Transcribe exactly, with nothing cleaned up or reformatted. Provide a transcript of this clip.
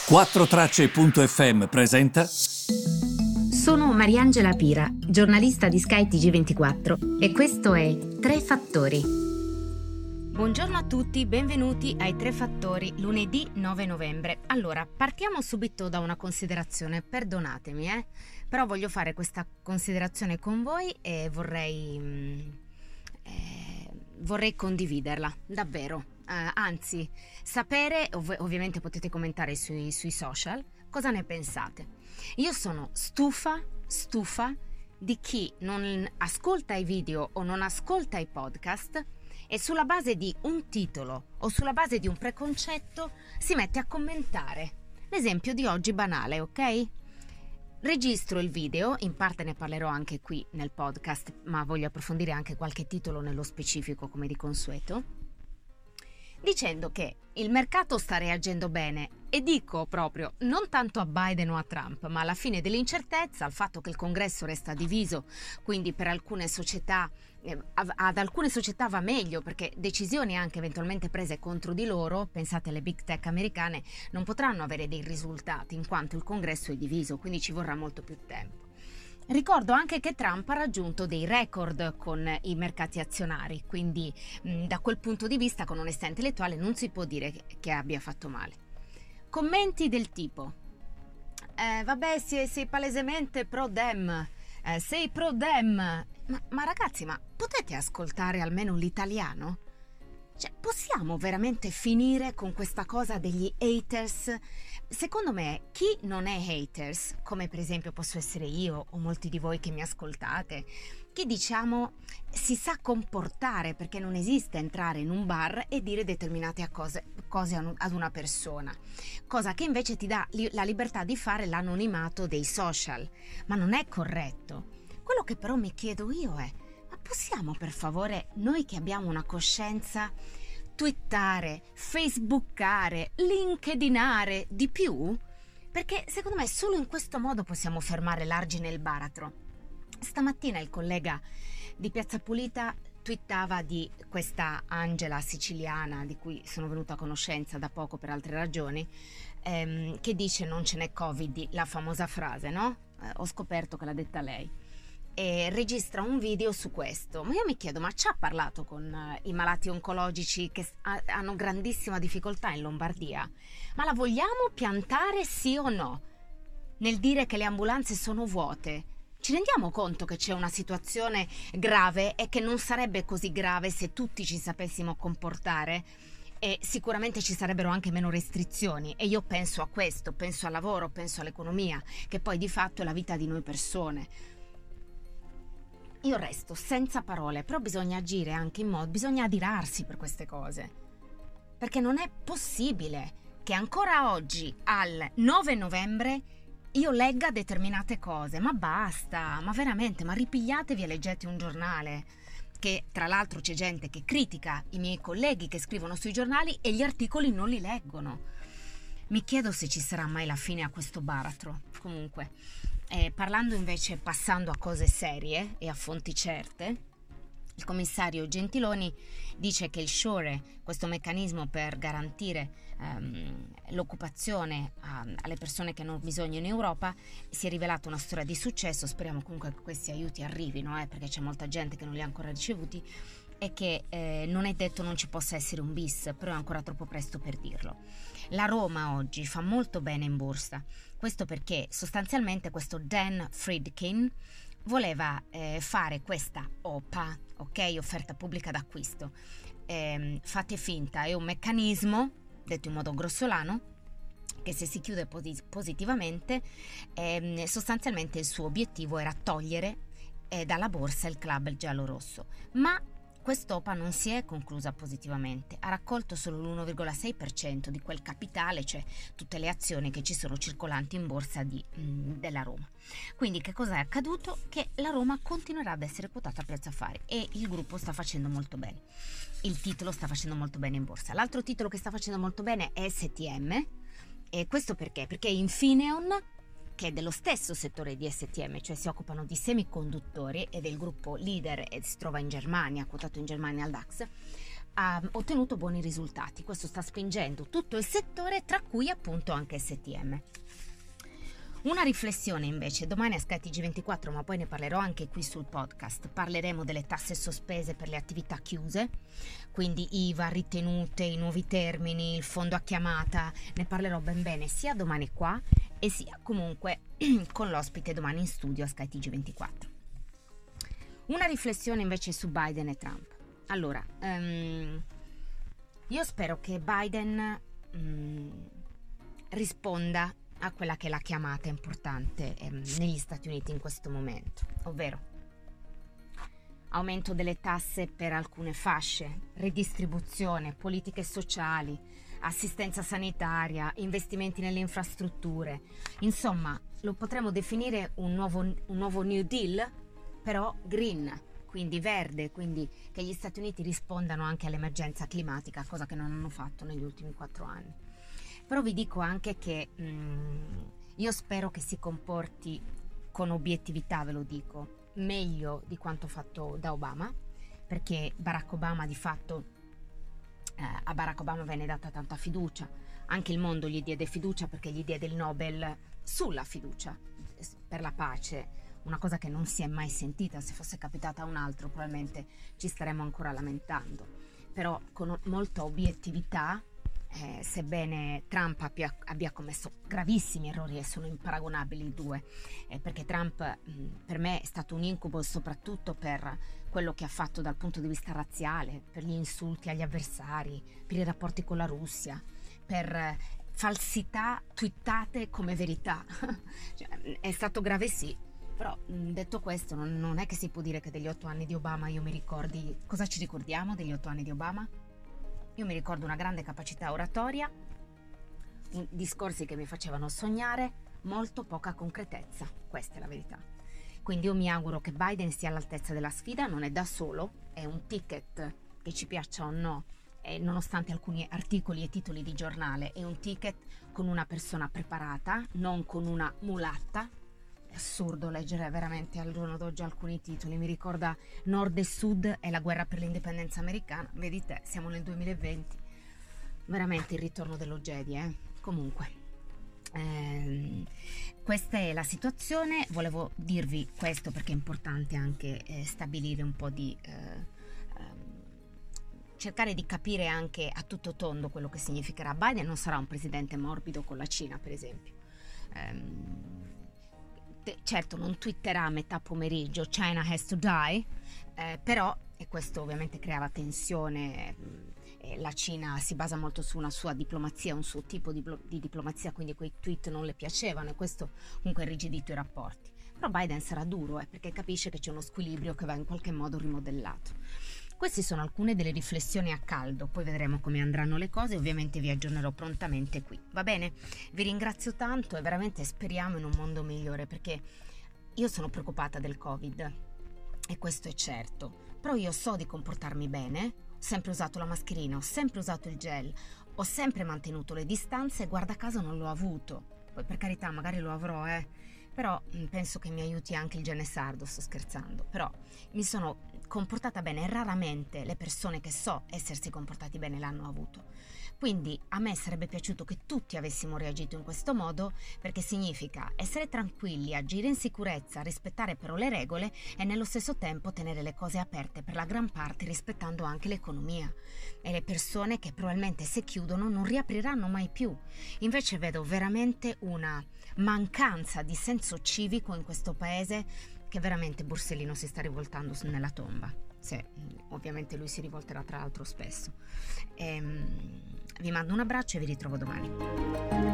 quattro tracce punto effe emme presenta. Sono Mariangela Pira, giornalista di Sky T G ventiquattro e questo è Tre Fattori. Buongiorno a tutti, benvenuti ai Tre Fattori, lunedì nove novembre. Allora, partiamo subito da una considerazione, perdonatemi, eh, però voglio fare questa considerazione con voi e vorrei, mh, eh, vorrei condividerla, davvero. Uh, anzi, sapere, ov- ovviamente potete commentare sui, sui social, cosa ne pensate. Io sono stufa, stufa di chi non ascolta i video o non ascolta i podcast e sulla base di un titolo o sulla base di un preconcetto si mette a commentare. L'esempio di oggi banale, ok? Registro il video, in parte ne parlerò anche qui nel podcast, ma voglio approfondire anche qualche titolo nello specifico come di consueto, dicendo che il mercato sta reagendo bene e dico proprio non tanto a Biden o a Trump, ma alla fine dell'incertezza, al fatto che il congresso resta diviso, quindi per alcune società, eh, ad alcune società va meglio perché decisioni anche eventualmente prese contro di loro, pensate alle big tech americane, non potranno avere dei risultati in quanto il congresso è diviso, quindi ci vorrà molto più tempo. Ricordo anche che Trump ha raggiunto dei record con i mercati azionari, quindi mh, da quel punto di vista con onestà intellettuale non si può dire che, che abbia fatto male. Commenti del tipo eh, vabbè sei, sei palesemente pro-dem, eh, sei pro-dem, ma, ma ragazzi ma potete ascoltare almeno l'italiano? Cioè, possiamo veramente finire con questa cosa degli haters? Secondo me, chi non è haters, come per esempio posso essere io o molti di voi che mi ascoltate, chi diciamo si sa comportare perché non esiste entrare in un bar e dire determinate cose, cose ad una persona, cosa che invece ti dà la libertà di fare l'anonimato dei social, ma non è corretto. Quello che però mi chiedo io è: ma possiamo per favore, noi che abbiamo una coscienza, twittare, facebookare, linkedinare di più? Perché secondo me solo in questo modo possiamo fermare l'argine e il baratro. Stamattina il collega di Piazza Pulita twittava di questa Angela siciliana di cui sono venuta a conoscenza da poco per altre ragioni, ehm, che dice non ce n'è Covid, la famosa frase, no? Eh, ho scoperto che l'ha detta lei. E registra un video su questo, ma io mi chiedo, ma ci ha parlato con uh, i malati oncologici che ha, hanno grandissima difficoltà in Lombardia? Ma la vogliamo piantare sì o no? Nel dire che le ambulanze sono vuote, ci rendiamo conto che c'è una situazione grave e che non sarebbe così grave se tutti ci sapessimo comportare? E sicuramente ci sarebbero anche meno restrizioni e io penso a questo, penso al lavoro, penso all'economia, che poi di fatto è la vita di noi persone. Io resto senza parole, però bisogna agire anche in modo, bisogna adirarsi per queste cose, perché non è possibile che ancora oggi, al nove novembre, io legga determinate cose, ma basta, ma veramente, ma ripigliatevi e leggete un giornale, che tra l'altro c'è gente che critica i miei colleghi che scrivono sui giornali e gli articoli non li leggono. Mi chiedo se ci sarà mai la fine a questo baratro. Comunque, eh, parlando invece, passando a cose serie e a fonti certe, il commissario Gentiloni dice che il SURE, questo meccanismo per garantire ehm, l'occupazione a, alle persone che hanno bisogno in Europa, si è rivelato una storia di successo. Speriamo comunque che questi aiuti arrivino, eh, perché c'è molta gente che non li ha ancora ricevuti e che eh, non è detto non ci possa essere un bis, però è ancora troppo presto per dirlo. La Roma oggi fa molto bene in borsa, questo perché sostanzialmente questo Dan Friedkin voleva eh, fare questa O P A, ok, offerta pubblica d'acquisto. Eh, fate finta, è un meccanismo, detto in modo grossolano, che se si chiude posi- positivamente, eh, sostanzialmente il suo obiettivo era togliere eh, dalla borsa il club giallorosso. Ma quest'O P A non si è conclusa positivamente, ha raccolto solo l'uno virgola sei per cento di quel capitale, cioè tutte le azioni che ci sono circolanti in borsa di, mh, della Roma. Quindi che cosa è accaduto? Che la Roma continuerà ad essere quotata a Piazza Affari e il gruppo sta facendo molto bene. Il titolo sta facendo molto bene in borsa. L'altro titolo che sta facendo molto bene è S T M, e questo perché? Perché Infineon, che è dello stesso settore di S T M, cioè si occupano di semiconduttori ed è il gruppo leader e si trova in Germania, quotato in Germania al DAX, ha ottenuto buoni risultati. Questo sta spingendo tutto il settore, tra cui appunto anche S T M. Una riflessione invece, domani a Sky T G ventiquattro, ma poi ne parlerò anche qui sul podcast, parleremo delle tasse sospese per le attività chiuse, quindi I V A, ritenute, i nuovi termini, il fondo a chiamata, ne parlerò ben bene sia domani qua e sia comunque con l'ospite domani in studio a Sky T G ventiquattro. Una riflessione invece su Biden e Trump. Allora, um, io spero che Biden um, risponda a quella che è la chiamata importante ehm, negli Stati Uniti in questo momento, ovvero aumento delle tasse per alcune fasce, redistribuzione, politiche sociali, assistenza sanitaria, investimenti nelle infrastrutture. Insomma, lo potremmo definire un nuovo, un nuovo New Deal, però green, quindi verde, quindi che gli Stati Uniti rispondano anche all'emergenza climatica, cosa che non hanno fatto negli ultimi quattro anni. Però vi dico anche che mh, io spero che si comporti con obiettività, ve lo dico, meglio di quanto fatto da Obama, perché Barack Obama di fatto, eh, a Barack Obama venne data tanta fiducia, anche il mondo gli diede fiducia perché gli diede il Nobel sulla fiducia per la pace, una cosa che non si è mai sentita. Se fosse capitata a un altro probabilmente ci staremmo ancora lamentando, però con molta obiettività. Eh, sebbene Trump abbia, abbia commesso gravissimi errori e sono imparagonabili i due, eh, perché Trump mh, per me è stato un incubo soprattutto per quello che ha fatto dal punto di vista razziale, per gli insulti agli avversari, per i rapporti con la Russia, per eh, falsità twittate come verità. Cioè, è stato grave sì, però mh, detto questo non, non è che si può dire che degli otto anni di Obama io mi ricordi. Cosa ci ricordiamo degli otto anni di Obama? Io mi ricordo una grande capacità oratoria, discorsi che mi facevano sognare, molto poca concretezza, questa è la verità. Quindi io mi auguro che Biden sia all'altezza della sfida, non è da solo, è un ticket che ci piaccia o no, e nonostante alcuni articoli e titoli di giornale, è un ticket con una persona preparata, non con una mulatta. È assurdo leggere veramente al giorno d'oggi alcuni titoli, mi ricorda Nord e Sud e la guerra per l'indipendenza americana. Vedi te, siamo nel duemilaventi, veramente il ritorno dello Jedi, eh? Comunque ehm, questa è la situazione. Volevo dirvi questo perché è importante anche eh, stabilire un po' di eh, ehm, cercare di capire anche a tutto tondo quello che significherà. Biden non sarà un presidente morbido con la Cina, per esempio. ehm, Certo, non twitterà a metà pomeriggio China has to die, eh, però, e questo ovviamente creava tensione, eh, la Cina si basa molto su una sua diplomazia, un suo tipo di, di diplomazia, quindi quei tweet non le piacevano e questo comunque ha irrigidito i rapporti. Però Biden sarà duro, eh, perché capisce che c'è uno squilibrio che va in qualche modo rimodellato. Queste sono alcune delle riflessioni a caldo, poi vedremo come andranno le cose, ovviamente vi aggiornerò prontamente qui, va bene? Vi ringrazio tanto e veramente speriamo in un mondo migliore, perché io sono preoccupata del Covid e questo è certo, però io so di comportarmi bene, ho sempre usato la mascherina, ho sempre usato il gel, ho sempre mantenuto le distanze e guarda caso non l'ho avuto, poi per carità magari lo avrò, eh. Però penso che mi aiuti anche il gene sardo, sto scherzando, però mi sono comportata bene e raramente le persone che so essersi comportati bene l'hanno avuto. Quindi a me sarebbe piaciuto che tutti avessimo reagito in questo modo, perché significa essere tranquilli, agire in sicurezza, rispettare però le regole e nello stesso tempo tenere le cose aperte per la gran parte, rispettando anche l'economia. E le persone che probabilmente se chiudono non riapriranno mai più. Invece vedo veramente una mancanza di senso civico in questo paese che veramente Borsellino si sta rivoltando nella tomba. Se, ovviamente lui si rivolterà tra l'altro spesso. Ehm, vi mando un abbraccio e vi ritrovo domani.